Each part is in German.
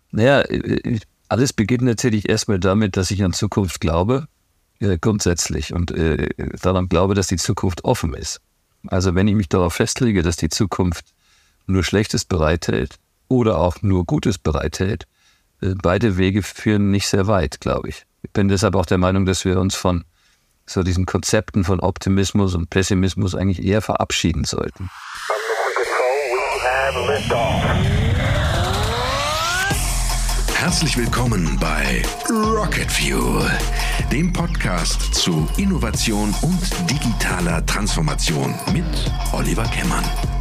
Naja, alles beginnt natürlich erstmal damit, dass ich an Zukunft glaube, grundsätzlich, und daran glaube, dass die Zukunft offen ist. Also wenn ich mich darauf festlege, dass die Zukunft nur Schlechtes bereithält oder auch nur Gutes bereithält, beide Wege führen nicht sehr weit, glaube ich. Ich bin deshalb auch der Meinung, dass wir uns von so diesen Konzepten von Optimismus und Pessimismus eigentlich eher verabschieden sollten. Herzlich willkommen bei Rocket Fuel, dem Podcast zu Innovation und digitaler Transformation mit Oliver Kemmern.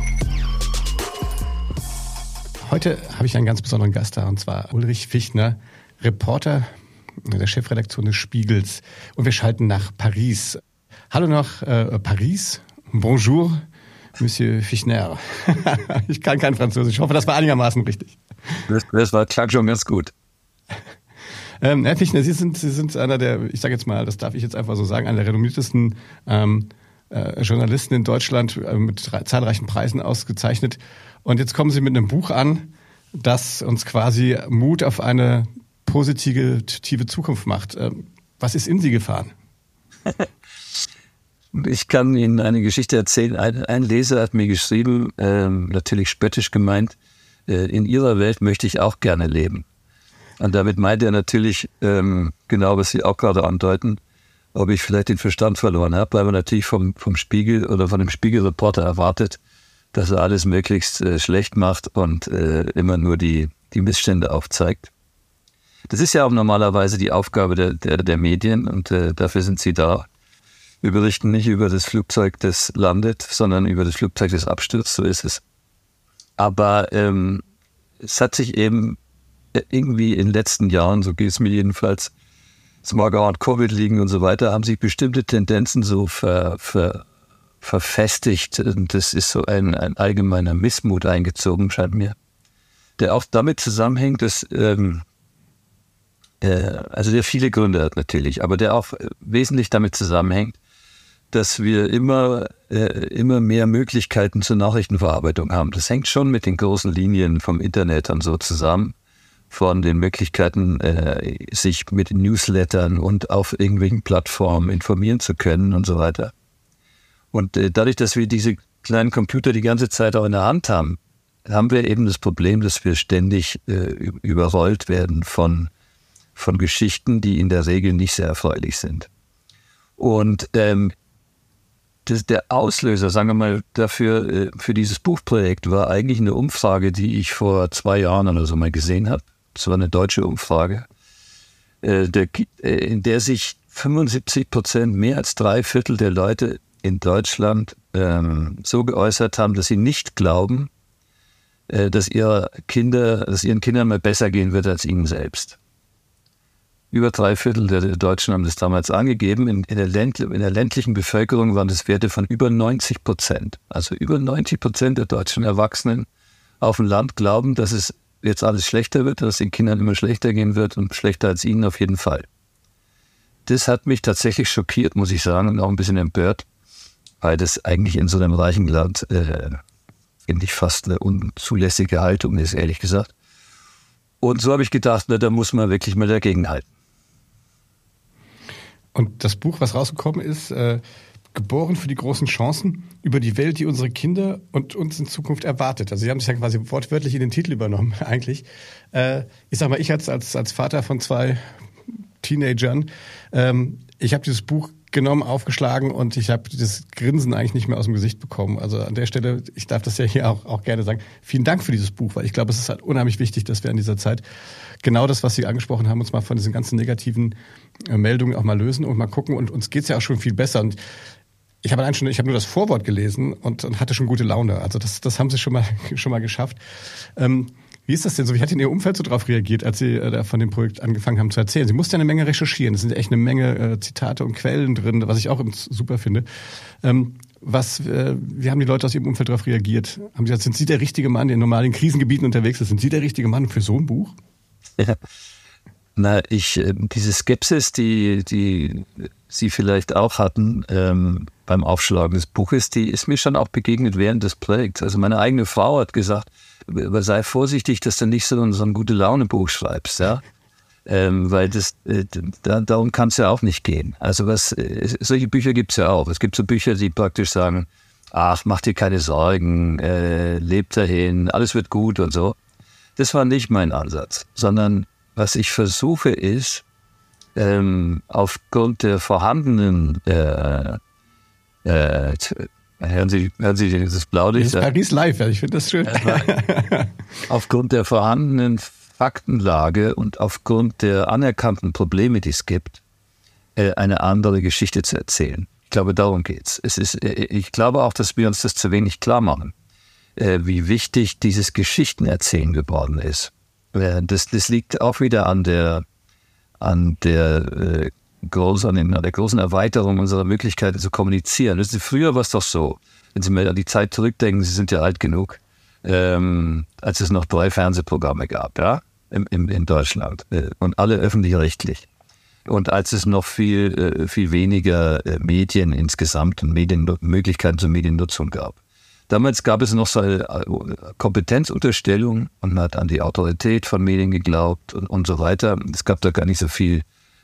Heute habe ich einen ganz besonderen Gast da, und zwar Ulrich Fichtner, Reporter der Chefredaktion des Spiegels. Und wir schalten nach Paris. Hallo nach Paris. Bonjour, Monsieur Fichtner. Ich kann kein Französisch. Ich hoffe, das war einigermaßen richtig. Das klang schon ganz gut. Herr Fichtner, Sie sind einer der, ich sage jetzt mal, das darf ich jetzt einfach so sagen, einer der renommiertesten Journalisten in Deutschland, mit zahlreichen Preisen ausgezeichnet. Und jetzt kommen Sie mit einem Buch an, das uns quasi Mut auf eine positive Zukunft macht. Was ist in Sie gefahren? Ich kann Ihnen eine Geschichte erzählen. Ein Leser hat mir geschrieben, natürlich spöttisch gemeint, in Ihrer Welt möchte ich auch gerne leben. Und damit meint er natürlich genau, was Sie auch gerade andeuten, ob ich vielleicht den Verstand verloren habe, weil man natürlich vom Spiegel oder von dem Spiegelreporter erwartet, dass er alles möglichst schlecht macht und immer nur die Missstände aufzeigt. Das ist ja auch normalerweise die Aufgabe der Medien, und dafür sind sie da. Wir berichten nicht über das Flugzeug, das landet, sondern über das Flugzeug, das abstürzt, so ist es. Aber es hat sich eben irgendwie in den letzten Jahren, so geht es mir jedenfalls, es mag auch an Covid liegen und so weiter, haben sich bestimmte Tendenzen so verfestigt. Und das ist so ein allgemeiner Missmut eingezogen, scheint mir, der auch damit zusammenhängt, dass also der viele Gründe hat natürlich, aber der auch wesentlich damit zusammenhängt, dass wir immer mehr Möglichkeiten zur Nachrichtenverarbeitung haben. Das hängt schon mit den großen Linien vom Internet und so zusammen, von den Möglichkeiten, sich mit Newslettern und auf irgendwelchen Plattformen informieren zu können und so weiter. Und dadurch, dass wir diese kleinen Computer die ganze Zeit auch in der Hand haben, haben wir eben das Problem, dass wir ständig überrollt werden von Geschichten, die in der Regel nicht sehr erfreulich sind. Und der Auslöser, sagen wir mal, dafür für dieses Buchprojekt war eigentlich eine Umfrage, die ich vor 2 Jahren oder so mal gesehen habe. Das war eine deutsche Umfrage, in der sich 75%, mehr als 3/4 der Leute in Deutschland so geäußert haben, dass sie nicht glauben, dass ihren Kindern mal besser gehen wird als ihnen selbst. Über 3/4 der Deutschen haben das damals angegeben. In der ländlichen Bevölkerung waren das Werte von über 90%. Also über 90% der deutschen Erwachsenen auf dem Land glauben, dass es jetzt alles schlechter wird, dass es den Kindern immer schlechter gehen wird und schlechter als ihnen auf jeden Fall. Das hat mich tatsächlich schockiert, muss ich sagen, und auch ein bisschen empört, weil das eigentlich in so einem reichen Land, finde ich, fast eine unzulässige Haltung ist, ehrlich gesagt. Und so habe ich gedacht, da muss man wirklich mal dagegenhalten. Und das Buch, was rausgekommen ist, Geboren für die großen Chancen, über die Welt, die unsere Kinder und uns in Zukunft erwartet. Also Sie haben es ja quasi wortwörtlich in den Titel übernommen eigentlich. Ich sag mal, ich als Vater von 2 Teenagern, ich habe dieses Buch genommen, aufgeschlagen, und ich habe das Grinsen eigentlich nicht mehr aus dem Gesicht bekommen. Also an der Stelle, ich darf das ja hier auch gerne sagen, vielen Dank für dieses Buch, weil ich glaube, es ist halt unheimlich wichtig, dass wir in dieser Zeit genau das, was Sie angesprochen haben, uns mal von diesen ganzen negativen Meldungen auch mal lösen und mal gucken. Und uns geht's ja auch schon viel besser. Und ich habe nur das Vorwort gelesen und hatte schon gute Laune. Also das haben Sie schon mal geschafft. Wie ist das denn so? Wie hat denn Ihr Umfeld so darauf reagiert, als Sie da von dem Projekt angefangen haben zu erzählen? Sie mussten ja eine Menge recherchieren. Es sind echt eine Menge Zitate und Quellen drin, was ich auch super finde. Wie haben die Leute aus Ihrem Umfeld darauf reagiert? Haben Sie gesagt, sind Sie der richtige Mann, der in normalen Krisengebieten unterwegs ist? Sind Sie der richtige Mann für so ein Buch? Ja. Diese Skepsis, die Sie vielleicht auch hatten beim Aufschlagen des Buches, die ist mir schon auch begegnet während des Projekts. Also meine eigene Frau hat gesagt, sei vorsichtig, dass du nicht so ein Gute-Laune-Buch schreibst, ja. Weil darum kann es ja auch nicht gehen. Also solche Bücher gibt es ja auch. Es gibt so Bücher, die praktisch sagen, ach, mach dir keine Sorgen, leb dahin, alles wird gut und so. Das war nicht mein Ansatz, sondern was ich versuche ist, aufgrund der vorhandenen hören Sie das Blaulicht? Das ist Paris Live, ich finde das schön. Aufgrund der vorhandenen Faktenlage und aufgrund der anerkannten Probleme, die es gibt, eine andere Geschichte zu erzählen. Ich glaube, darum geht's. Ich glaube auch, dass wir uns das zu wenig klar machen, wie wichtig dieses Geschichtenerzählen geworden ist. Das liegt auch wieder an der großen Erweiterung unserer Möglichkeiten zu kommunizieren. Früher war es doch so, wenn Sie mal an die Zeit zurückdenken, Sie sind ja alt genug, als es noch 3 Fernsehprogramme gab, ja, in Deutschland und alle öffentlich-rechtlich. Und als es noch viel weniger Medien insgesamt und Möglichkeiten zur Mediennutzung gab. Damals gab es noch so eine Kompetenzunterstellung und man hat an die Autorität von Medien geglaubt und so weiter. Es gab da gar nicht so viele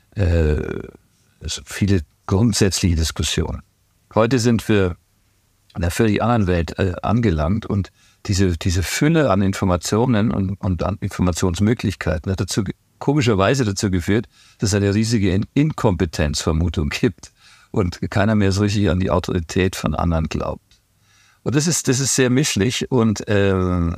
grundsätzliche Diskussionen. Heute sind wir in einer völlig anderen Welt angelangt und diese Fülle an Informationen und an Informationsmöglichkeiten hat komischerweise dazu geführt, dass es eine riesige Inkompetenzvermutung gibt und keiner mehr so richtig an die Autorität von anderen glaubt. Und das ist sehr mischlich und weil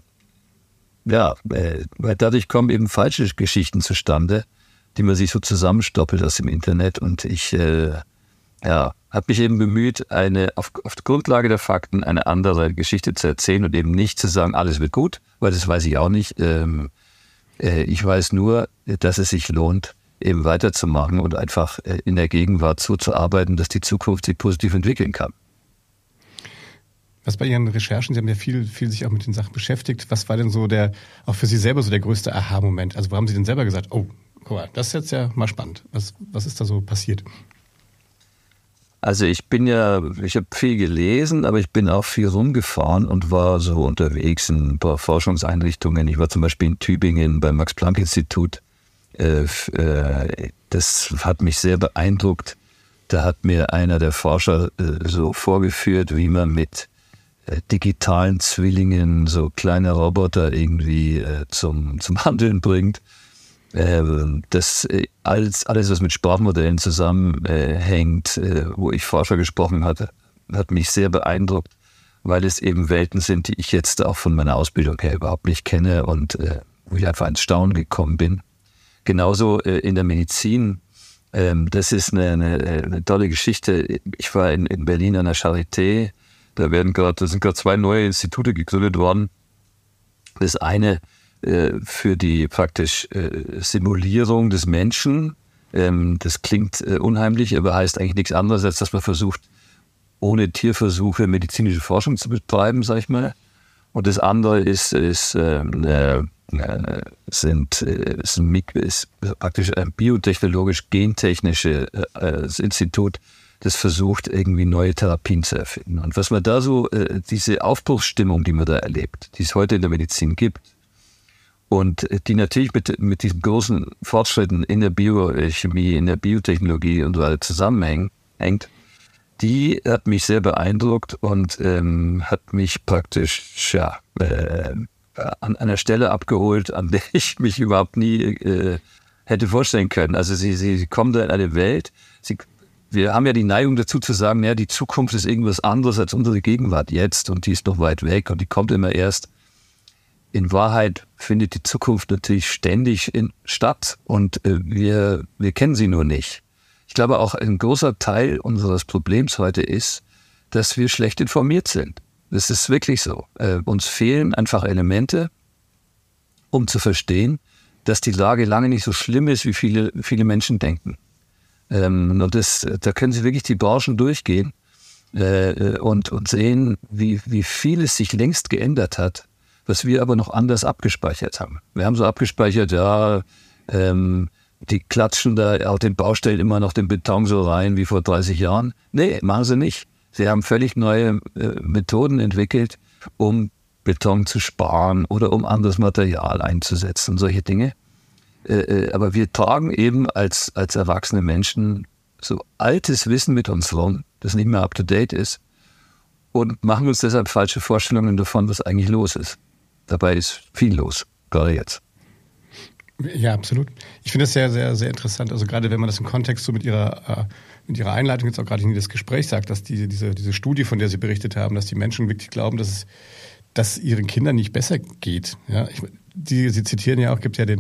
dadurch kommen eben falsche Geschichten zustande, die man sich so zusammenstoppelt aus dem Internet. Und ich habe mich eben bemüht, auf Grundlage der Fakten eine andere Geschichte zu erzählen und eben nicht zu sagen, alles wird gut, weil das weiß ich auch nicht. Ich weiß nur, dass es sich lohnt, eben weiterzumachen und einfach in der Gegenwart so zu arbeiten, dass die Zukunft sich positiv entwickeln kann. Was bei Ihren Recherchen, Sie haben ja viel sich auch mit den Sachen beschäftigt, was war denn so auch für Sie selber so der größte Aha-Moment? Also wo haben Sie denn selber gesagt, oh, guck mal, das ist jetzt ja mal spannend. Was ist da so passiert? Also ich habe viel gelesen, aber ich bin auch viel rumgefahren und war so unterwegs in ein paar Forschungseinrichtungen. Ich war zum Beispiel in Tübingen beim Max-Planck-Institut. Das hat mich sehr beeindruckt. Da hat mir einer der Forscher so vorgeführt, wie man mit digitalen Zwillingen so kleine Roboter irgendwie zum Handeln bringt. Das alles, was mit Sprachmodellen zusammenhängt, wo ich Forscher gesprochen hatte, hat mich sehr beeindruckt, weil es eben Welten sind, die ich jetzt auch von meiner Ausbildung her überhaupt nicht kenne und wo ich einfach ins Staunen gekommen bin. Genauso in der Medizin. Das ist eine tolle Geschichte. Ich war in Berlin an der Charité. Da sind gerade 2 neue Institute gegründet worden. Das eine für die praktisch Simulierung des Menschen. Das klingt unheimlich, aber heißt eigentlich nichts anderes, als dass man versucht, ohne Tierversuche medizinische Forschung zu betreiben, sag ich mal. Und das andere ist praktisch ein biotechnologisch-gentechnisches Institut, das versucht, irgendwie neue Therapien zu erfinden. Und was man da so, diese Aufbruchsstimmung, die man da erlebt, die es heute in der Medizin gibt, und die natürlich mit diesen großen Fortschritten in der Biochemie, in der Biotechnologie und so weiter zusammenhängt, die hat mich sehr beeindruckt und hat mich praktisch an einer Stelle abgeholt, an der ich mich überhaupt nie hätte vorstellen können. Also sie kommen da in eine Welt, wir haben ja die Neigung dazu zu sagen, ja, die Zukunft ist irgendwas anderes als unsere Gegenwart jetzt und die ist noch weit weg und die kommt immer erst. In Wahrheit findet die Zukunft natürlich ständig statt und wir kennen sie nur nicht. Ich glaube auch ein großer Teil unseres Problems heute ist, dass wir schlecht informiert sind. Das ist wirklich so. Uns fehlen einfach Elemente, um zu verstehen, dass die Lage lange nicht so schlimm ist, wie viele Menschen denken. Und da können Sie wirklich die Branchen durchgehen und sehen, wie viel es sich längst geändert hat, was wir aber noch anders abgespeichert haben. Wir haben so abgespeichert, die klatschen da auf den Baustellen immer noch den Beton so rein wie vor 30 Jahren. Nee, machen sie nicht. Sie haben völlig neue Methoden entwickelt, um Beton zu sparen oder um anderes Material einzusetzen, solche Dinge. Aber wir tragen eben als erwachsene Menschen so altes Wissen mit uns rum, das nicht mehr up-to-date ist, und machen uns deshalb falsche Vorstellungen davon, was eigentlich los ist. Dabei ist viel los, gerade jetzt. Ja, absolut. Ich finde das sehr, sehr, sehr interessant. Also gerade wenn man das im Kontext so mit ihrer Einleitung jetzt auch gerade in das Gespräch sagt, dass diese Studie, von der Sie berichtet haben, dass die Menschen wirklich glauben, dass es ihren Kindern nicht besser geht. Ja, Sie zitieren ja auch, gibt ja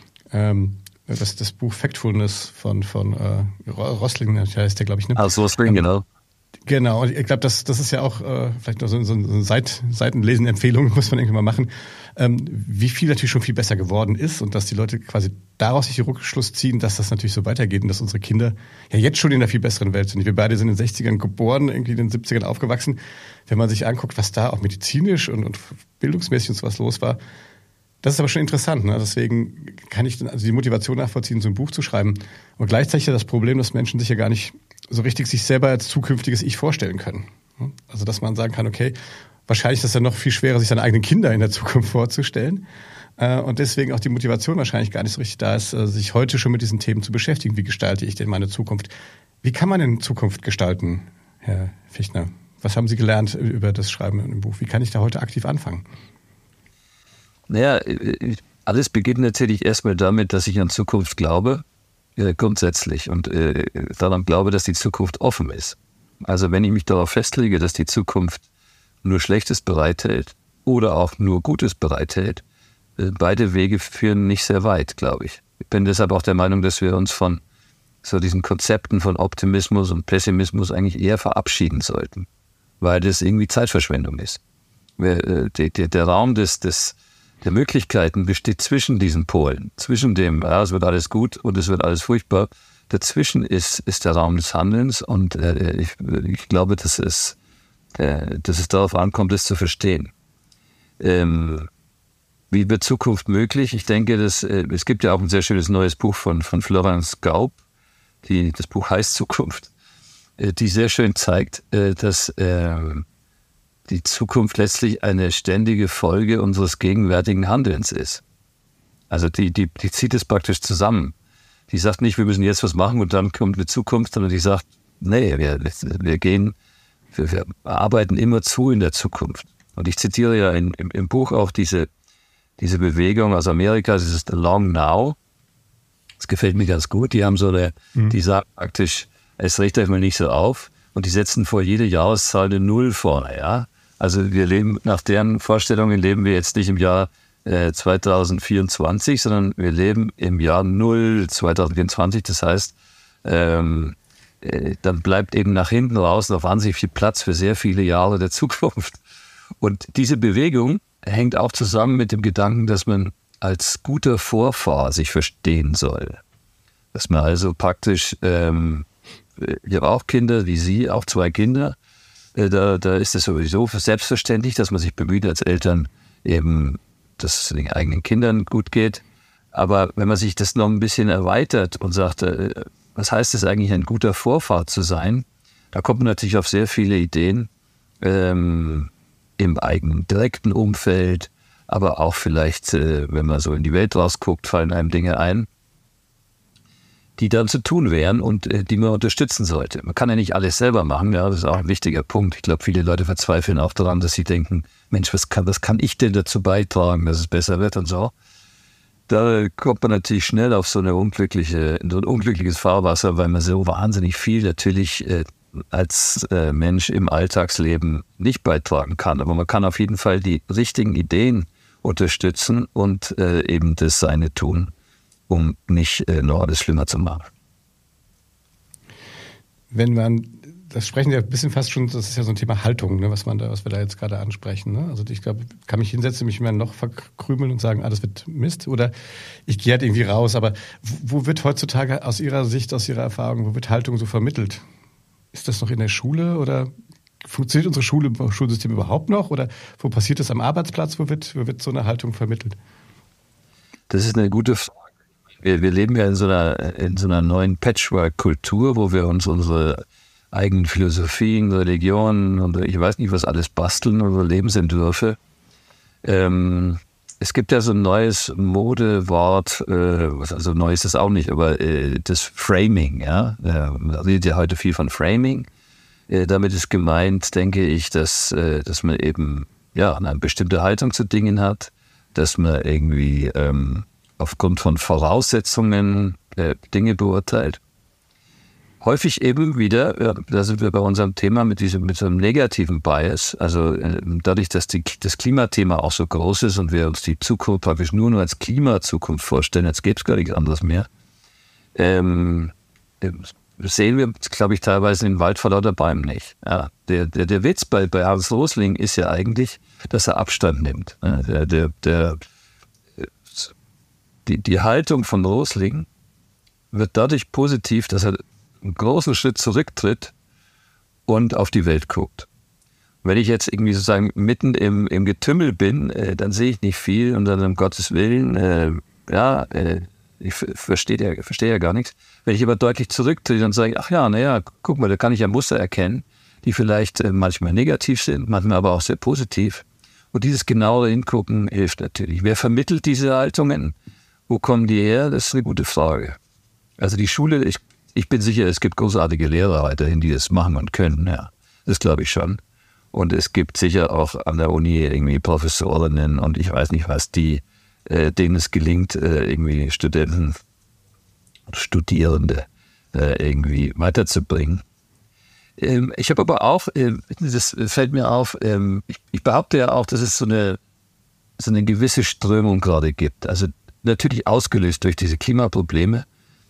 das Buch Factfulness von Rosling, heißt der, glaube ich. Ne? Rosling, genau. Genau, und ich glaube, das ist ja auch vielleicht noch so eine Seitenlesen-Empfehlung, muss man irgendwann mal machen, wie viel natürlich schon viel besser geworden ist und dass die Leute quasi daraus sich den Rückschluss ziehen, dass das natürlich so weitergeht und dass unsere Kinder ja jetzt schon in einer viel besseren Welt sind. Wir beide sind in den 60ern geboren, irgendwie in den 70ern aufgewachsen. Wenn man sich anguckt, was da auch medizinisch und bildungsmäßig und sowas los war, das ist aber schon interessant. Ne? Deswegen kann ich die Motivation nachvollziehen, so ein Buch zu schreiben. Und gleichzeitig das Problem, dass Menschen sich ja gar nicht so richtig sich selber als zukünftiges Ich vorstellen können. Also dass man sagen kann, okay, wahrscheinlich ist es ja noch viel schwerer, sich seine eigenen Kinder in der Zukunft vorzustellen. Und deswegen auch die Motivation wahrscheinlich gar nicht so richtig da ist, sich heute schon mit diesen Themen zu beschäftigen. Wie gestalte ich denn meine Zukunft? Wie kann man denn Zukunft gestalten, Herr Fichtner? Was haben Sie gelernt über das Schreiben im Buch? Wie kann ich da heute aktiv anfangen? Naja, alles beginnt natürlich erstmal damit, dass ich an Zukunft glaube, grundsätzlich, und daran glaube, dass die Zukunft offen ist. Also wenn ich mich darauf festlege, dass die Zukunft nur Schlechtes bereithält oder auch nur Gutes bereithält, beide Wege führen nicht sehr weit, glaube ich. Ich bin deshalb auch der Meinung, dass wir uns von so diesen Konzepten von Optimismus und Pessimismus eigentlich eher verabschieden sollten, weil das irgendwie Zeitverschwendung ist. Der Raum der Möglichkeiten besteht zwischen diesen Polen, zwischen dem, ja, es wird alles gut und es wird alles furchtbar. Dazwischen ist der Raum des Handelns, und ich glaube, dass es darauf ankommt, es zu verstehen. Wie wird Zukunft möglich? Ich denke, es gibt ja auch ein sehr schönes neues Buch von Florence Gaub, das Buch heißt Zukunft, die sehr schön zeigt, dass die Zukunft letztlich eine ständige Folge unseres gegenwärtigen Handelns ist. Also die zieht es praktisch zusammen. Die sagt nicht, wir müssen jetzt was machen und dann kommt eine Zukunft, sondern die sagt, nee, wir arbeiten immerzu in der Zukunft. Und ich zitiere ja im Buch auch diese Bewegung aus Amerika, das ist the Long Now. Das gefällt mir ganz gut. Die haben die sagen praktisch, es regt euch mal nicht so auf, und die setzen vor jede Jahreszahl eine Null vorne, ja. Also wir leben, nach deren Vorstellungen leben wir jetzt nicht im Jahr 2024, sondern wir leben im Jahr 0 2024. Das heißt, dann bleibt eben nach hinten raus noch wahnsinnig viel Platz für sehr viele Jahre der Zukunft. Und diese Bewegung hängt auch zusammen mit dem Gedanken, dass man als guter Vorfahr sich verstehen soll. Dass man also praktisch, ich habe auch Kinder, wie Sie, auch 2 Kinder. Da ist es sowieso selbstverständlich, dass man sich bemüht als Eltern eben, dass es den eigenen Kindern gut geht. Aber wenn man sich das noch ein bisschen erweitert und sagt, was heißt es eigentlich, ein guter Vorfahr zu sein, da kommt man natürlich auf sehr viele Ideen im eigenen direkten Umfeld, aber auch vielleicht, wenn man so in die Welt rausguckt, fallen einem Dinge ein, die dann zu tun wären und die man unterstützen sollte. Man kann ja nicht alles selber machen, ja, das ist auch ein wichtiger Punkt. Ich glaube, viele Leute verzweifeln auch daran, dass sie denken, Mensch, was kann ich denn dazu beitragen, dass es besser wird und so. Da kommt man natürlich schnell auf in so ein unglückliches Fahrwasser, weil man so wahnsinnig viel natürlich als Mensch im Alltagsleben nicht beitragen kann. Aber man kann auf jeden Fall die richtigen Ideen unterstützen und eben das Seine tun, um nicht noch alles schlimmer zu machen. Das sprechen wir ein bisschen fast schon, das ist ja so ein Thema Haltung, ne, was wir da jetzt gerade ansprechen. Ne? Also ich glaube, kann mich hinsetzen, mich immer noch verkrümeln und sagen, das wird Mist, oder ich gehe halt irgendwie raus. Aber wo wird heutzutage aus Ihrer Sicht, aus Ihrer Erfahrung, wo wird Haltung so vermittelt? Ist das noch in der Schule, oder funktioniert unsere Schulsystem überhaupt noch, oder wo passiert das am Arbeitsplatz, wo wird so eine Haltung vermittelt? Das ist eine gute Frage. wir leben ja in so einer neuen Patchwork-Kultur, wo wir uns unsere eigenen Philosophien, Religionen und ich weiß nicht was alles basteln, unsere Lebensentwürfe. Es gibt ja so ein neues Modewort, also neu ist es auch nicht, aber das Framing, ja. Man redet ja heute viel von Framing. Damit ist gemeint, denke ich, dass man eben eine bestimmte Haltung zu Dingen hat, dass man irgendwie aufgrund von Voraussetzungen Dinge beurteilt. Häufig eben wieder, da sind wir bei unserem Thema mit so einem negativen Bias, also dadurch, dass das Klimathema auch so groß ist und wir uns die Zukunft praktisch nur als Klimazukunft vorstellen, jetzt gäbe es gar nichts anderes mehr, sehen wir, glaube ich, teilweise den Wald vor lauter Bäumen nicht. Ja, der Witz bei Hans Rosling ist ja eigentlich, dass er Abstand nimmt. Die Haltung von Rosling wird dadurch positiv, dass er einen großen Schritt zurücktritt und auf die Welt guckt. Wenn ich jetzt irgendwie sozusagen mitten im Getümmel bin, dann sehe ich nicht viel und dann um Gottes Willen, ich verstehe ja gar nichts. Wenn ich aber deutlich zurücktrete, dann sage ich, guck mal, da kann ich ja Muster erkennen, die vielleicht manchmal negativ sind, manchmal aber auch sehr positiv. Und dieses genauere Hingucken hilft natürlich. Wer vermittelt diese Haltungen? Wo kommen die her? Das ist eine gute Frage. Also die Schule, ich bin sicher, es gibt großartige Lehrer weiterhin, die das machen und können. Ja, das glaube ich schon. Und es gibt sicher auch an der Uni irgendwie Professorinnen und ich weiß nicht was, denen es gelingt, irgendwie Studenten, Studierende irgendwie weiterzubringen. Ich habe aber auch, das fällt mir auf, ich behaupte ja auch, dass es so eine gewisse Strömung gerade gibt. Also natürlich ausgelöst durch diese Klimaprobleme,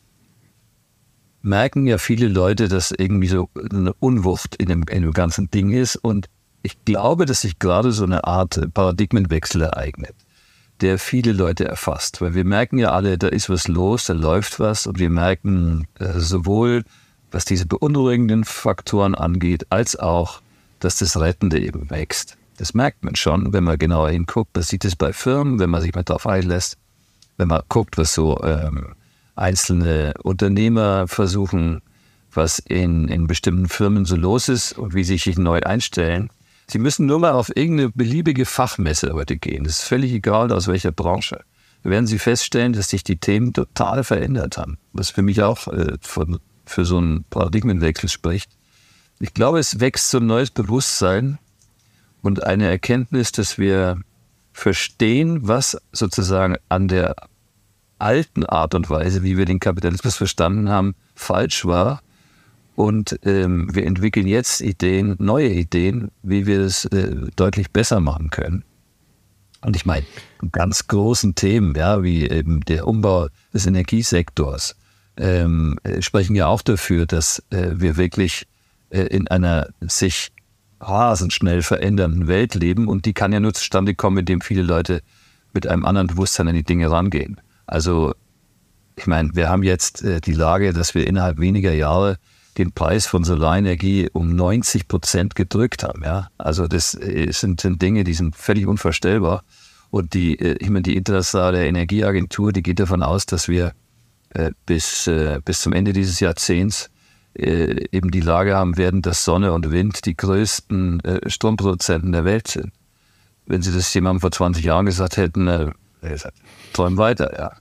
merken ja viele Leute, dass irgendwie so eine Unwucht in dem ganzen Ding ist. Und ich glaube, dass sich gerade so eine Art Paradigmenwechsel ereignet, der viele Leute erfasst. Weil wir merken ja alle, da ist was los, da läuft was. Und wir merken sowohl, was diese beunruhigenden Faktoren angeht, als auch, dass das Rettende eben wächst. Das merkt man schon, wenn man genauer hinguckt. Man sieht es bei Firmen, wenn man sich mal darauf einlässt. Wenn man guckt, was so einzelne Unternehmer versuchen, was in bestimmten Firmen so los ist und wie sie sich neu einstellen. Sie müssen nur mal auf irgendeine beliebige Fachmesse heute gehen. Das ist völlig egal, aus welcher Branche. Da werden Sie feststellen, dass sich die Themen total verändert haben. Was für mich auch für so einen Paradigmenwechsel spricht. Ich glaube, es wächst so ein neues Bewusstsein und eine Erkenntnis, dass wir verstehen, was sozusagen an der alten Art und Weise, wie wir den Kapitalismus verstanden haben, falsch war. Und wir entwickeln jetzt neue Ideen, wie wir es deutlich besser machen können. Und ich meine, ganz großen Themen, ja, wie eben der Umbau des Energiesektors, sprechen ja auch dafür, dass wir wirklich in einer sich rasend schnell verändernden Welt leben. Und die kann ja nur zustande kommen, indem viele Leute mit einem anderen Bewusstsein an die Dinge rangehen. Also, ich meine, wir haben jetzt die Lage, dass wir innerhalb weniger Jahre den Preis von Solarenergie um 90% gedrückt haben. Ja? Also das sind Dinge, die sind völlig unvorstellbar. Und die internationale Energieagentur, die geht davon aus, dass wir bis zum Ende dieses Jahrzehnts eben die Lage haben werden, dass Sonne und Wind die größten Stromproduzenten der Welt sind. Wenn Sie das jemandem vor 20 Jahren gesagt hätten, träumen weiter, ja.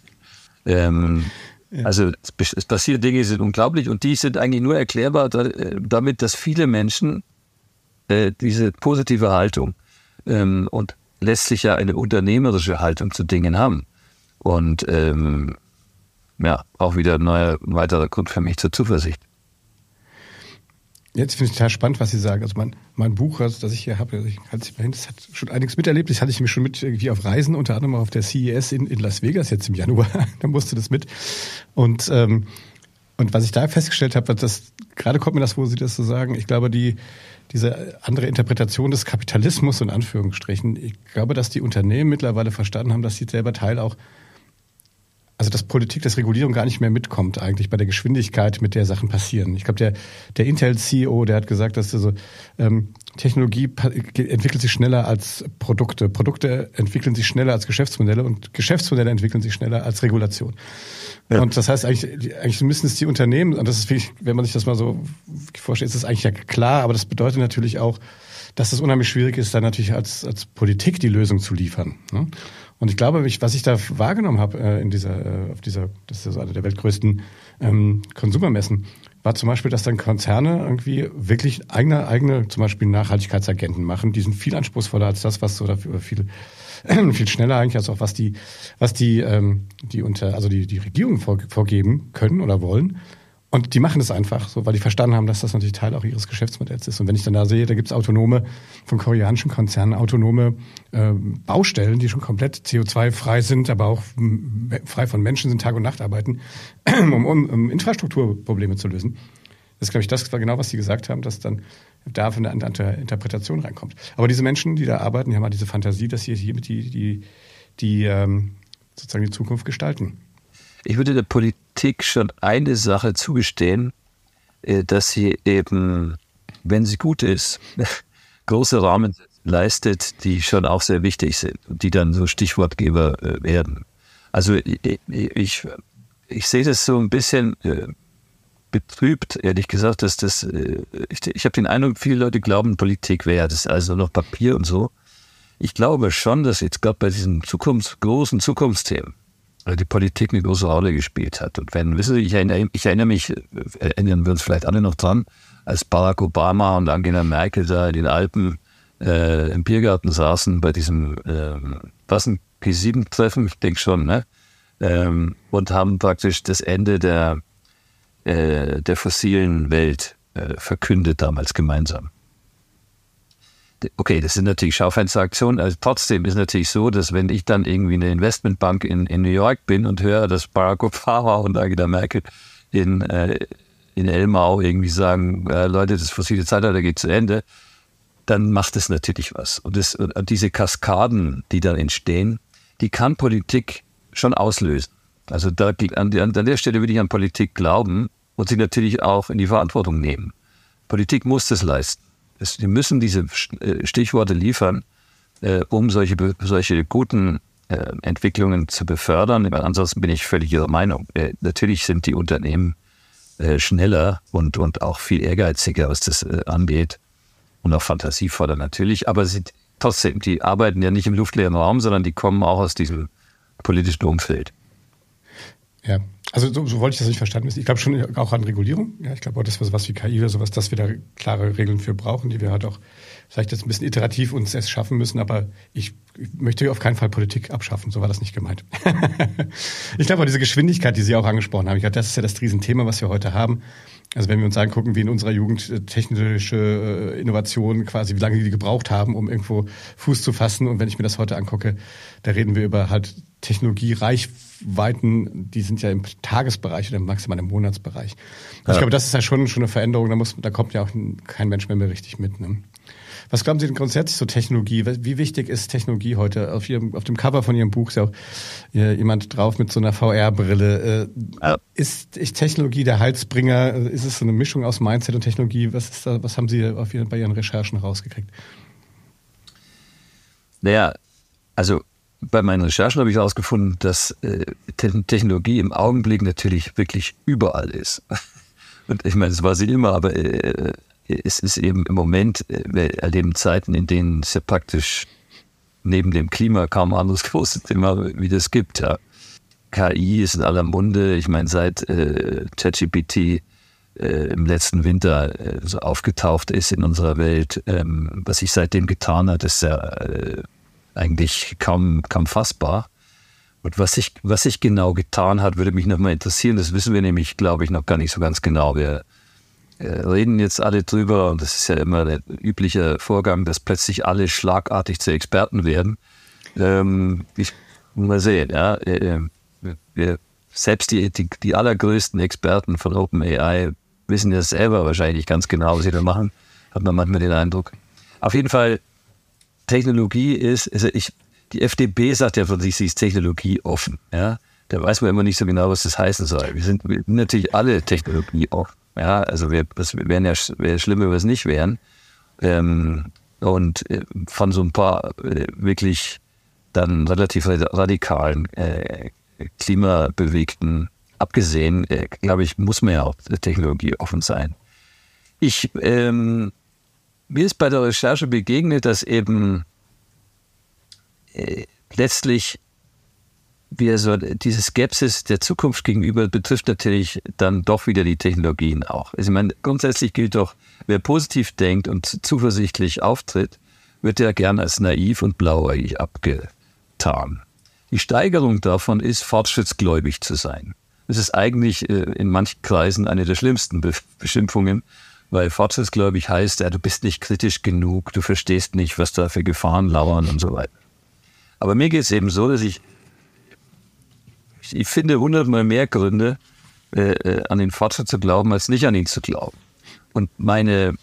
Also es passieren Dinge, die sind unglaublich und die sind eigentlich nur erklärbar damit, dass viele Menschen diese positive Haltung und letztlich ja eine unternehmerische Haltung zu Dingen haben. Und auch wieder ein weiterer Grund für mich zur Zuversicht. Jetzt finde ich total spannend, was Sie sagen. Also mein Buch, das ich hier habe, das hat schon einiges miterlebt. Das hatte ich mir schon mit irgendwie auf Reisen, unter anderem auf der CES in Las Vegas jetzt im Januar. Da musste das mit. Und was ich da festgestellt habe, das gerade kommt mir das, wo Sie das so sagen, ich glaube, diese andere Interpretation des Kapitalismus, in Anführungsstrichen, ich glaube, dass die Unternehmen mittlerweile verstanden haben, dass sie selber Teil auch also dass Politik, dass Regulierung gar nicht mehr mitkommt eigentlich bei der Geschwindigkeit, mit der Sachen passieren. Ich glaube, der Intel-CEO, der hat gesagt, dass Technologie entwickelt sich schneller als Produkte. Produkte entwickeln sich schneller als Geschäftsmodelle und Geschäftsmodelle entwickeln sich schneller als Regulation. Ja. Und das heißt, eigentlich müssen es die Unternehmen, und das ist wirklich, wenn man sich das mal so vorstellt, ist das eigentlich ja klar, aber das bedeutet natürlich auch, dass es unheimlich schwierig ist, dann natürlich als Politik die Lösung zu liefern. Ne? Und ich glaube, was ich da wahrgenommen habe das ist ja so eine der weltgrößten Konsumermessen, war zum Beispiel, dass dann Konzerne irgendwie wirklich eigene zum Beispiel Nachhaltigkeitsagenten machen. Die sind viel anspruchsvoller als das, was so dafür viel schneller eigentlich als auch was die Regierungen vorgeben können oder wollen. Und die machen das einfach so, weil die verstanden haben, dass das natürlich Teil auch ihres Geschäftsmodells ist. Und wenn ich dann da sehe, da gibt es von koreanischen Konzernen autonome Baustellen, die schon komplett CO2-frei sind, aber auch frei von Menschen sind, Tag und Nacht arbeiten, um Infrastrukturprobleme zu lösen. Das glaube ich, das war genau, was Sie gesagt haben, dass dann da von der Interpretation reinkommt. Aber diese Menschen, die da arbeiten, die haben halt diese Fantasie, dass sie hiermit sozusagen die Zukunft gestalten. Ich würde der Politik schon eine Sache zugestehen, dass sie eben, wenn sie gut ist, große Rahmen leistet, die schon auch sehr wichtig sind und die dann so Stichwortgeber werden. Also ich sehe das so ein bisschen betrübt, ehrlich gesagt, dass ich habe den Eindruck, viele Leute glauben, Politik wäre das also noch Papier und so. Ich glaube schon, dass jetzt gerade bei diesen großen Zukunftsthemen die Politik eine große Rolle gespielt hat. Und erinnern wir uns vielleicht alle noch dran, als Barack Obama und Angela Merkel da in den Alpen im Biergarten saßen bei diesem ein P7-Treffen, ich denke schon, ne? Und haben praktisch das Ende der fossilen Welt verkündet damals gemeinsam. Okay, das sind natürlich Schaufensteraktionen, also trotzdem ist natürlich so, dass wenn ich dann irgendwie eine Investmentbank in New York bin und höre, dass Barack Obama und Angela Merkel in Elmau irgendwie sagen, Leute, das fossile Zeitalter geht zu Ende, dann macht es natürlich was. Und diese Kaskaden, die dann entstehen, die kann Politik schon auslösen. Also an der Stelle würde ich an Politik glauben und sie natürlich auch in die Verantwortung nehmen. Politik muss das leisten. Wir müssen diese Stichworte liefern, um solche guten Entwicklungen zu befördern. Ansonsten bin ich völlig Ihrer Meinung. Natürlich sind die Unternehmen schneller und auch viel ehrgeiziger, was das angeht. Und auch fantasievoller natürlich. Aber trotzdem, die arbeiten ja nicht im luftleeren Raum, sondern die kommen auch aus diesem politischen Umfeld. Ja, also so wollte ich das nicht verstanden wissen. Ich glaube schon auch an Regulierung. Ja, ich glaube auch, dass wir sowas wie KI oder sowas, dass wir da klare Regeln für brauchen, die wir halt auch vielleicht jetzt ein bisschen iterativ uns erst schaffen müssen. Aber ich möchte auf keinen Fall Politik abschaffen. So war das nicht gemeint. Ich glaube auch diese Geschwindigkeit, die Sie auch angesprochen haben. Ich glaube, das ist ja das Riesenthema, was wir heute haben. Also wenn wir uns angucken, wie in unserer Jugend technische Innovationen quasi, wie lange die gebraucht haben, um irgendwo Fuß zu fassen. Und wenn ich mir das heute angucke, da reden wir über halt Technologie-Reichweiten, die sind ja im Tagesbereich oder maximal im Monatsbereich. Also ich glaube, das ist ja schon eine Veränderung, da kommt ja auch kein Mensch mehr richtig mit. Ne? Was glauben Sie denn grundsätzlich zur Technologie? Wie wichtig ist Technologie heute? Auf dem Cover von Ihrem Buch ist ja auch jemand drauf mit so einer VR-Brille. Ist Technologie der Heilsbringer? Ist es so eine Mischung aus Mindset und Technologie? Was haben Sie bei Ihren Recherchen rausgekriegt? Naja, also bei meinen Recherchen habe ich herausgefunden, dass Technologie im Augenblick natürlich wirklich überall ist. Und ich meine, es war sie immer, aber es ist eben im Moment, wir erleben Zeiten, in denen es ja praktisch neben dem Klima kaum ein anderes großes Thema wie das gibt. Ja. KI ist in aller Munde. Ich meine, seit ChatGPT im letzten Winter so aufgetaucht ist in unserer Welt, was sich seitdem getan hat, ist ja eigentlich kaum fassbar. Und was sich genau getan hat, würde mich nochmal interessieren. Das wissen wir nämlich, glaube ich, noch gar nicht so ganz genau. Wir reden jetzt alle drüber und das ist ja immer der übliche Vorgang, dass plötzlich alle schlagartig zu Experten werden. Mal sehen, ja. Selbst die allergrößten Experten von OpenAI wissen ja selber wahrscheinlich ganz genau, was sie da machen. Hat man manchmal den Eindruck. Auf jeden Fall, Technologie ist, die FDP sagt ja von sich, sie ist technologieoffen. Ja? da weiß man immer nicht so genau, was das heißen soll. Wir sind natürlich alle Technologie offen. Ja, also wäre schlimm, wenn wir es nicht wären. Und von so ein paar wirklich dann relativ radikalen, klimabewegten abgesehen, glaube ich, muss man ja auch technologieoffen sein. Mir ist bei der Recherche begegnet, dass eben letztlich diese Skepsis der Zukunft gegenüber betrifft natürlich dann doch wieder die Technologien auch. Also ich meine, grundsätzlich gilt doch, wer positiv denkt und zuversichtlich auftritt, wird ja gern als naiv und blauäugig abgetan. Die Steigerung davon ist, fortschrittsgläubig zu sein. Das ist eigentlich in manchen Kreisen eine der schlimmsten Beschimpfungen, weil fortschrittsgläubig heißt, ja, du bist nicht kritisch genug, du verstehst nicht, was da für Gefahren lauern und so weiter. Aber mir geht es eben so, dass ich finde 100-mal mehr Gründe, an den Fortschritt zu glauben, als nicht an ihn zu glauben. Und mein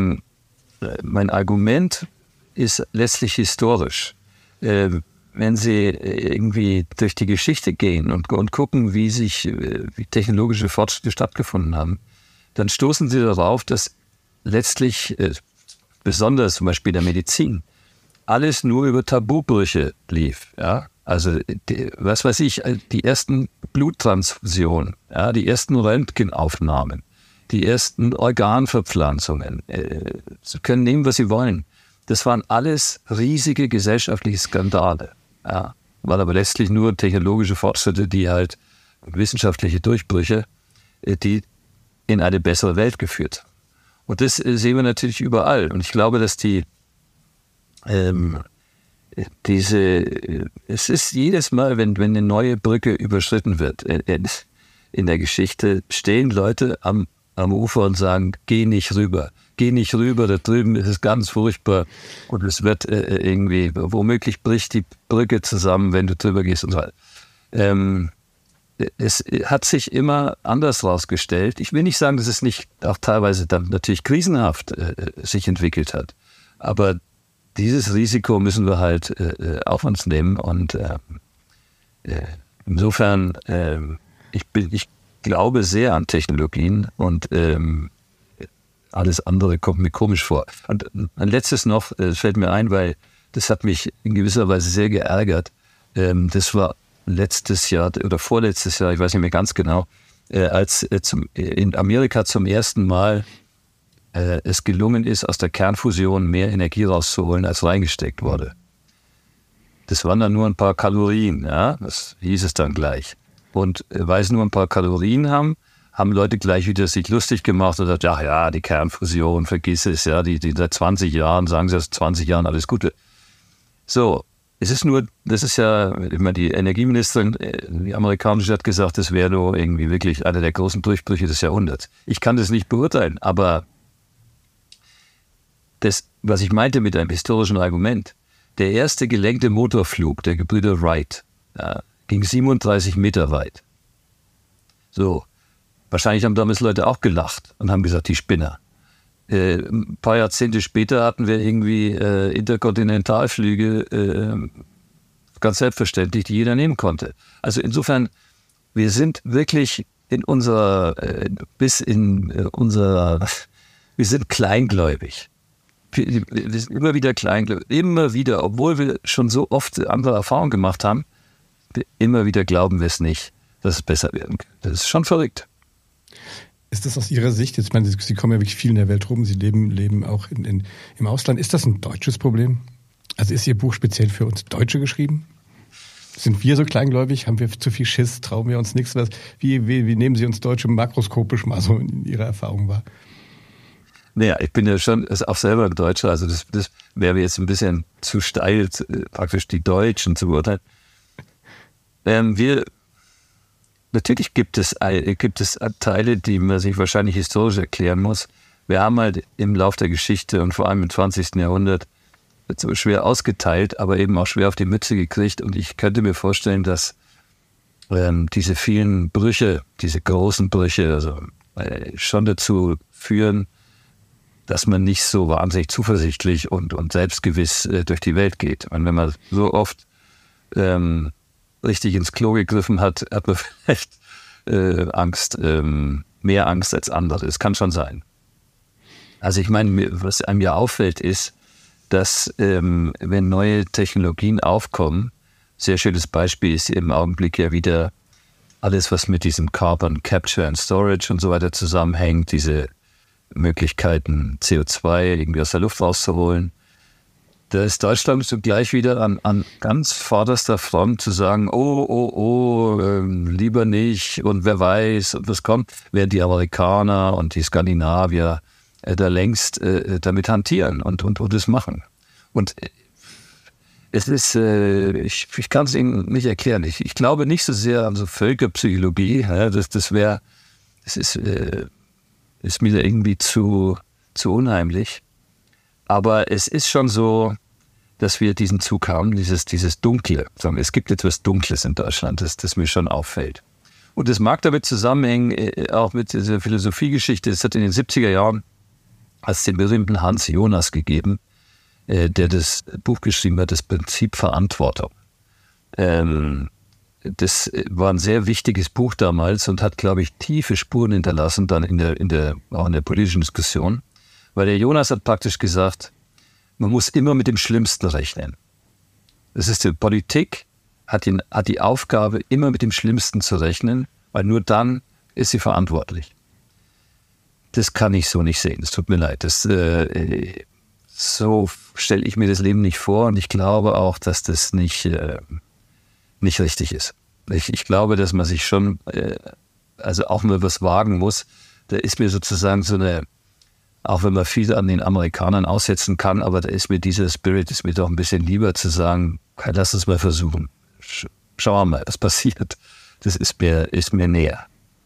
Argument ist letztlich historisch. Wenn Sie irgendwie durch die Geschichte gehen und gucken, wie technologische Fortschritte stattgefunden haben, dann stoßen Sie darauf, dass letztlich, besonders zum Beispiel der Medizin, alles nur über Tabubrüche lief. Ja? Also, was weiß ich, die ersten Bluttransfusionen, ja, die ersten Röntgenaufnahmen, die ersten Organverpflanzungen. Sie können nehmen, was Sie wollen. Das waren alles riesige gesellschaftliche Skandale. Ja, waren aber letztlich nur technologische Fortschritte, die halt wissenschaftliche Durchbrüche, die in eine bessere Welt geführt haben. Und das sehen wir natürlich überall. Und ich glaube, dass es ist jedes Mal, wenn eine neue Brücke überschritten wird in der Geschichte, stehen Leute am Ufer und sagen, geh nicht rüber, da drüben ist es ganz furchtbar und es wird irgendwie, womöglich bricht die Brücke zusammen, wenn du drüber gehst und so weiter. Es hat sich immer anders rausgestellt. Ich will nicht sagen, dass es nicht auch teilweise dann natürlich krisenhaft sich entwickelt hat, aber dieses Risiko müssen wir halt auf uns nehmen und insofern, ich glaube sehr an Technologien und alles andere kommt mir komisch vor. Und ein letztes noch, fällt mir ein, weil das hat mich in gewisser Weise sehr geärgert. Das war letztes Jahr oder vorletztes Jahr, ich weiß nicht mehr ganz genau, als in Amerika zum ersten Mal es gelungen ist, aus der Kernfusion mehr Energie rauszuholen, als reingesteckt wurde. Das waren dann nur ein paar Kalorien, ja, das hieß es dann gleich. Und weil es nur ein paar Kalorien haben Leute gleich wieder sich lustig gemacht und gesagt, ach ja, die Kernfusion, vergiss es, ja, die seit 20 Jahren, sagen sie seit 20 Jahren, alles Gute. So, es ist nur, das ist ja, immer die Energieministerin, die amerikanische, hat gesagt, das wäre nur irgendwie wirklich einer der großen Durchbrüche des Jahrhunderts. Ich kann das nicht beurteilen, aber das, was ich meinte mit einem historischen Argument, der erste gelenkte Motorflug der Gebrüder Wright, ja, ging 37 Meter weit. So, wahrscheinlich haben damals Leute auch gelacht und haben gesagt, die Spinner. Ein paar Jahrzehnte später hatten wir irgendwie Interkontinentalflüge, ganz selbstverständlich, die jeder nehmen konnte. Also insofern, wir sind wirklich wir sind kleingläubig. Wir sind immer wieder kleingläubig. Immer wieder, obwohl wir schon so oft andere Erfahrungen gemacht haben, immer wieder glauben wir es nicht, dass es besser werden kann. Das ist schon verrückt. Ist das aus Ihrer Sicht, jetzt, ich meine, Sie kommen ja wirklich viel in der Welt rum, Sie leben auch im Ausland, ist das ein deutsches Problem? Also ist Ihr Buch speziell für uns Deutsche geschrieben? Sind wir so kleingläubig? Haben wir zu viel Schiss? Trauen wir uns nichts? Wie nehmen Sie uns Deutsche makroskopisch mal so in Ihrer Erfahrung wahr? Naja, ich bin ja schon auch selber ein Deutscher, also das wäre jetzt ein bisschen zu steil, praktisch die Deutschen zu beurteilen. Natürlich gibt es Teile, die man sich wahrscheinlich historisch erklären muss. Wir haben halt im Lauf der Geschichte und vor allem im 20. Jahrhundert so schwer ausgeteilt, aber eben auch schwer auf die Mütze gekriegt. Und ich könnte mir vorstellen, dass diese vielen Brüche, diese großen Brüche, also, schon dazu führen, dass man nicht so wahnsinnig zuversichtlich und selbstgewiss durch die Welt geht. Und wenn man so oft richtig ins Klo gegriffen hat, hat man vielleicht Angst, mehr Angst als andere. Das kann schon sein. Also ich meine, was einem ja auffällt, ist, dass wenn neue Technologien aufkommen, sehr schönes Beispiel ist im Augenblick ja wieder alles, was mit diesem Carbon Capture and Storage und so weiter zusammenhängt, diese Möglichkeiten, CO2 irgendwie aus der Luft rauszuholen. Da ist Deutschland zugleich wieder an ganz vorderster Front zu sagen, lieber nicht und wer weiß und was kommt, während die Amerikaner und die Skandinavier da längst damit hantieren und es machen. Und es ist, ich kann es Ihnen nicht erklären. Ich glaube nicht so sehr an so Völkerpsychologie. Ja, das ist mir irgendwie zu unheimlich. Aber es ist schon so, dass wir diesen Zug haben, dieses Dunkle. Es gibt etwas Dunkles in Deutschland, das mir schon auffällt. Und es mag damit zusammenhängen, auch mit dieser Philosophiegeschichte. Es hat in den 70er Jahren hat den berühmten Hans Jonas gegeben, der das Buch geschrieben hat, das Prinzip Verantwortung. Das war ein sehr wichtiges Buch damals und hat, glaube ich, tiefe Spuren hinterlassen dann auch in der politischen Diskussion. Weil der Jonas hat praktisch gesagt, man muss immer mit dem Schlimmsten rechnen. Das ist die Politik, hat die Aufgabe, immer mit dem Schlimmsten zu rechnen, weil nur dann ist sie verantwortlich. Das kann ich so nicht sehen, es tut mir leid. So stelle ich mir das Leben nicht vor und ich glaube auch, dass das nicht richtig ist. Ich glaube, dass man sich schon, also auch mal was wagen muss, da ist mir sozusagen so eine, auch wenn man viel an den Amerikanern aussetzen kann, aber da ist mir dieser Spirit, ist mir doch ein bisschen lieber zu sagen, okay, lass uns mal versuchen. Schauen wir mal, was passiert. Das ist mir näher.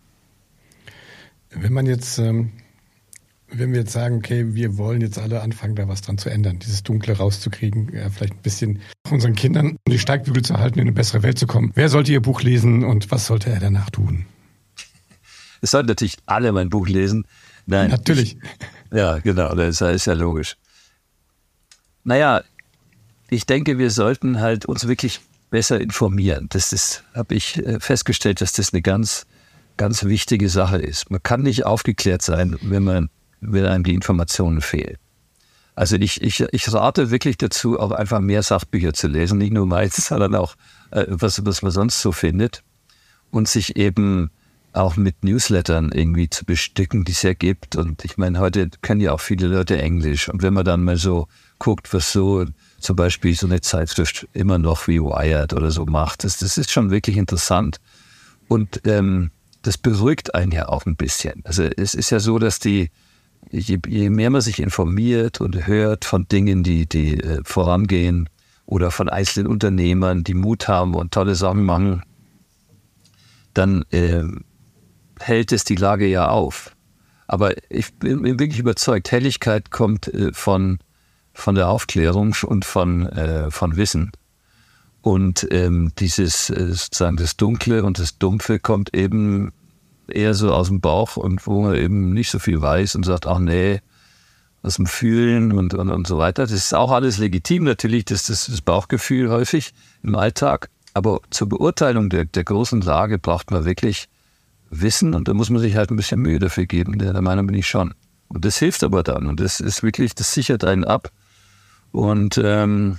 Wenn wir jetzt sagen, okay, wir wollen jetzt alle anfangen, da was dran zu ändern, dieses Dunkle rauszukriegen, vielleicht ein bisschen unseren Kindern die Steigbügel zu halten, in eine bessere Welt zu kommen. Wer sollte Ihr Buch lesen und was sollte er danach tun? Es sollten natürlich alle mein Buch lesen. Nein, natürlich. Ja, genau, das ist ja logisch. Naja, ich denke, wir sollten halt uns wirklich besser informieren. Das habe ich festgestellt, dass das eine ganz, ganz wichtige Sache ist. Man kann nicht aufgeklärt sein, wenn einem die Informationen fehlen. Also ich rate wirklich dazu, auch einfach mehr Sachbücher zu lesen, nicht nur meins, sondern auch was man sonst so findet und sich eben auch mit Newslettern irgendwie zu bestücken, die es ja gibt. Und ich meine, heute können ja auch viele Leute Englisch. Und wenn man dann mal so guckt, was so zum Beispiel so eine Zeitschrift immer noch wie Wired oder so macht, das ist schon wirklich interessant. Und das beruhigt einen ja auch ein bisschen. Also es ist ja so, dass je mehr man sich informiert und hört von Dingen, die vorangehen oder von einzelnen Unternehmern, die Mut haben und tolle Sachen machen, dann hält es die Lage ja auf. Aber ich bin wirklich überzeugt, Helligkeit kommt von der Aufklärung und von Wissen. Und dieses sozusagen das Dunkle und das Dumpfe kommt eben eher so aus dem Bauch und wo man eben nicht so viel weiß und sagt, ach nee, aus dem Fühlen und so weiter. Das ist auch alles legitim natürlich, das Bauchgefühl häufig im Alltag. Aber zur Beurteilung der großen Lage braucht man wirklich Wissen und da muss man sich halt ein bisschen Mühe dafür geben, der Meinung bin ich schon. Und das hilft aber dann und das ist wirklich, das sichert einen ab und wird ein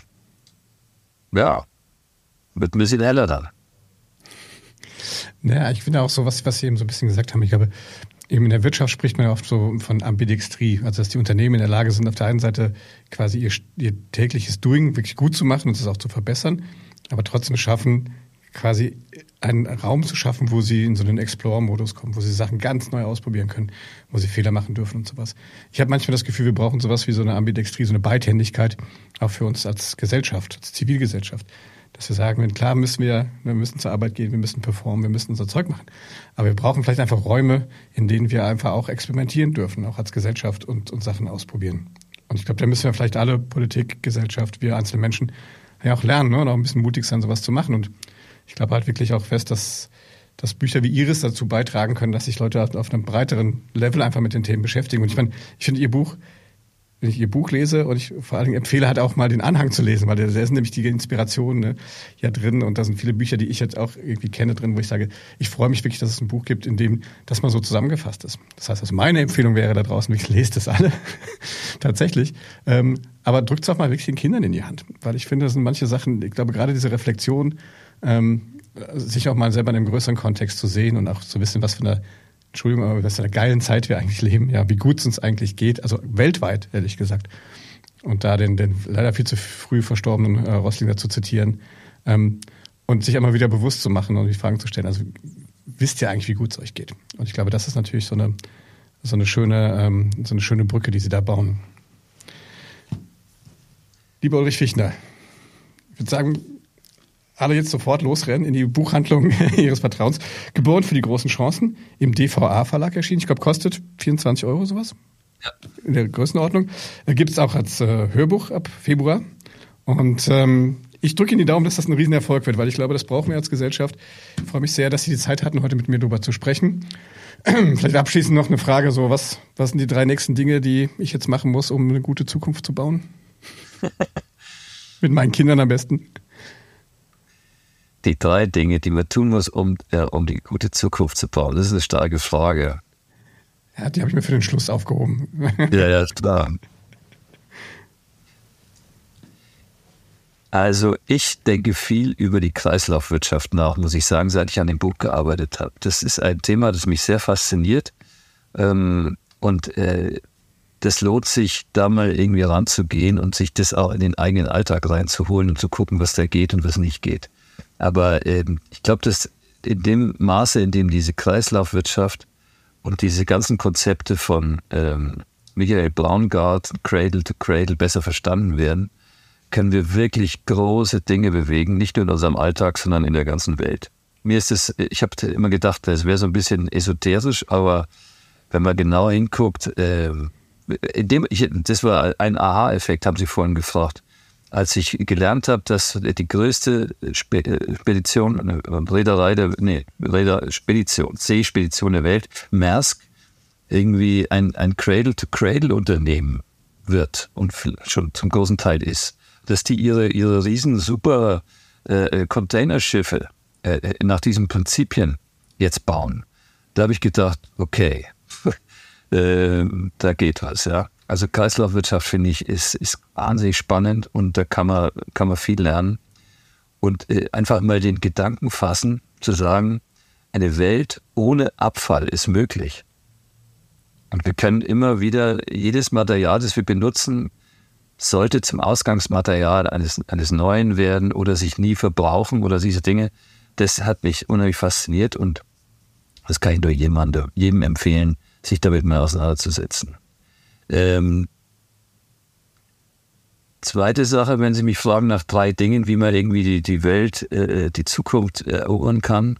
bisschen heller dann. Naja, ich finde auch so, was Sie eben so ein bisschen gesagt haben, ich glaube, eben in der Wirtschaft spricht man ja oft so von Ambidextrie, also dass die Unternehmen in der Lage sind, auf der einen Seite quasi ihr tägliches Doing wirklich gut zu machen und es auch zu verbessern, aber trotzdem schaffen, quasi einen Raum zu schaffen, wo sie in so einen Explore-Modus kommen, wo sie Sachen ganz neu ausprobieren können, wo sie Fehler machen dürfen und sowas. Ich habe manchmal das Gefühl, wir brauchen sowas wie so eine Ambidextrie, so eine Beidhändigkeit, auch für uns als Gesellschaft, als Zivilgesellschaft. Dass wir sagen, klar wir müssen zur Arbeit gehen, wir müssen performen, wir müssen unser Zeug machen. Aber wir brauchen vielleicht einfach Räume, in denen wir einfach auch experimentieren dürfen, auch als Gesellschaft und Sachen ausprobieren. Und ich glaube, da müssen wir vielleicht alle, Politik, Gesellschaft, wir einzelne Menschen, ja auch lernen, ne? Und auch ein bisschen mutig sein, sowas zu machen. Und ich glaube halt wirklich auch fest, dass Bücher wie Iris dazu beitragen können, dass sich Leute auf einem breiteren Level einfach mit den Themen beschäftigen. Und ich meine, ich finde Ihr Buch wenn ich ihr Buch lese, und ich vor allen Dingen empfehle halt auch mal den Anhang zu lesen, weil da ist nämlich die Inspiration, ne, ja drin, und da sind viele Bücher, die ich jetzt auch irgendwie kenne drin, wo ich sage, ich freue mich wirklich, dass es ein Buch gibt, in dem das mal so zusammengefasst ist. Das heißt, also meine Empfehlung wäre da draußen, wirklich lest es alle, tatsächlich, aber drückt es auch mal wirklich den Kindern in die Hand, weil ich finde, das sind manche Sachen, ich glaube gerade diese Reflexion, sich auch mal selber in einem größeren Kontext zu sehen und auch zu wissen, was für eine geilen Zeit wir eigentlich leben, ja, wie gut es uns eigentlich geht, also weltweit, ehrlich gesagt. Und da den leider viel zu früh verstorbenen Rosslinger zu zitieren, und sich einmal wieder bewusst zu machen und die Fragen zu stellen. Also wisst ihr eigentlich, wie gut es euch geht? Und ich glaube, das ist natürlich so eine schöne Brücke, die sie da bauen. Lieber Ulrich Fichtner, ich würde sagen, alle jetzt sofort losrennen in die Buchhandlung Ihres Vertrauens. Geboren für die großen Chancen, im DVA-Verlag erschienen. Ich glaube, kostet 24 € sowas. Ja. In der Größenordnung. Gibt es auch als Hörbuch ab Februar. Und ich drücke Ihnen die Daumen, dass das ein Riesenerfolg wird, weil ich glaube, das brauchen wir als Gesellschaft. Ich freue mich sehr, dass Sie die Zeit hatten, heute mit mir darüber zu sprechen. Vielleicht abschließend noch eine Frage, so was sind die 3 nächsten Dinge, die ich jetzt machen muss, um eine gute Zukunft zu bauen? Mit meinen Kindern am besten. Die 3 Dinge, die man tun muss, um die gute Zukunft zu bauen, das ist eine starke Frage. Ja, die habe ich mir für den Schluss aufgehoben. Ja, ist klar. Also ich denke viel über die Kreislaufwirtschaft nach, muss ich sagen, seit ich an dem Buch gearbeitet habe. Das ist ein Thema, das mich sehr fasziniert. Und das lohnt sich, da mal irgendwie ranzugehen und sich das auch in den eigenen Alltag reinzuholen und zu gucken, was da geht und was nicht geht. Aber ich glaube, dass in dem Maße, in dem diese Kreislaufwirtschaft und diese ganzen Konzepte von Michael Braungart, Cradle to Cradle, besser verstanden werden, können wir wirklich große Dinge bewegen, nicht nur in unserem Alltag, sondern in der ganzen Welt. Ich habe immer gedacht, das wäre so ein bisschen esoterisch, aber wenn man genauer hinguckt, das war ein Aha-Effekt, haben Sie vorhin gefragt. Als ich gelernt habe, dass die größte Seespedition der Welt, Maersk, irgendwie ein Cradle-to-Cradle-Unternehmen wird und schon zum großen Teil ist, dass die ihre riesen super Containerschiffe nach diesen Prinzipien jetzt bauen. Da habe ich gedacht, okay, da geht was, ja. Also Kreislaufwirtschaft, finde ich, ist wahnsinnig spannend und da kann man viel lernen. Und einfach mal den Gedanken fassen, zu sagen, eine Welt ohne Abfall ist möglich. Und wir können immer wieder, jedes Material, das wir benutzen, sollte zum Ausgangsmaterial eines Neuen werden oder sich nie verbrauchen oder diese Dinge. Das hat mich unheimlich fasziniert und das kann ich nur jedem empfehlen, sich damit mal auseinanderzusetzen. Zweite Sache, wenn Sie mich fragen nach 3 Dingen, wie man irgendwie die Welt, die Zukunft erobern kann,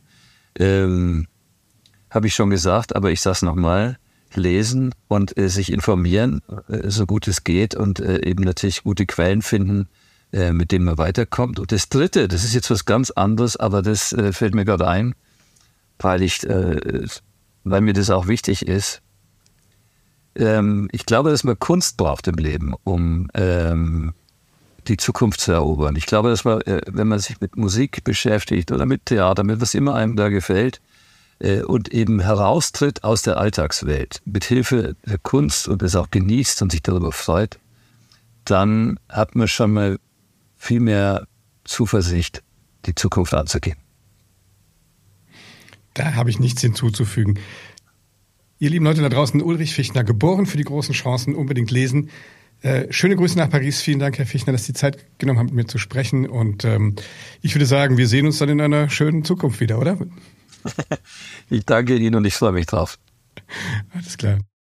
habe ich schon gesagt, aber ich sage es nochmal, lesen und sich informieren, so gut es geht und eben natürlich gute Quellen finden, mit denen man weiterkommt. Und das Dritte, das ist jetzt was ganz anderes, aber das fällt mir gerade ein, weil mir das auch wichtig ist. Ich glaube, dass man Kunst braucht im Leben, um die Zukunft zu erobern. Ich glaube, dass man, wenn man sich mit Musik beschäftigt oder mit Theater, mit was immer einem da gefällt, und eben heraustritt aus der Alltagswelt, mit Hilfe der Kunst und es auch genießt und sich darüber freut, dann hat man schon mal viel mehr Zuversicht, die Zukunft anzugehen. Da habe ich nichts hinzuzufügen. Ihr lieben Leute da draußen, Ulrich Fichtner, geboren für die großen Chancen, unbedingt lesen. Schöne Grüße nach Paris. Vielen Dank, Herr Fichtner, dass Sie die Zeit genommen haben, mit mir zu sprechen. Und ich würde sagen, wir sehen uns dann in einer schönen Zukunft wieder, oder? Ich danke Ihnen und ich freue mich drauf. Alles klar.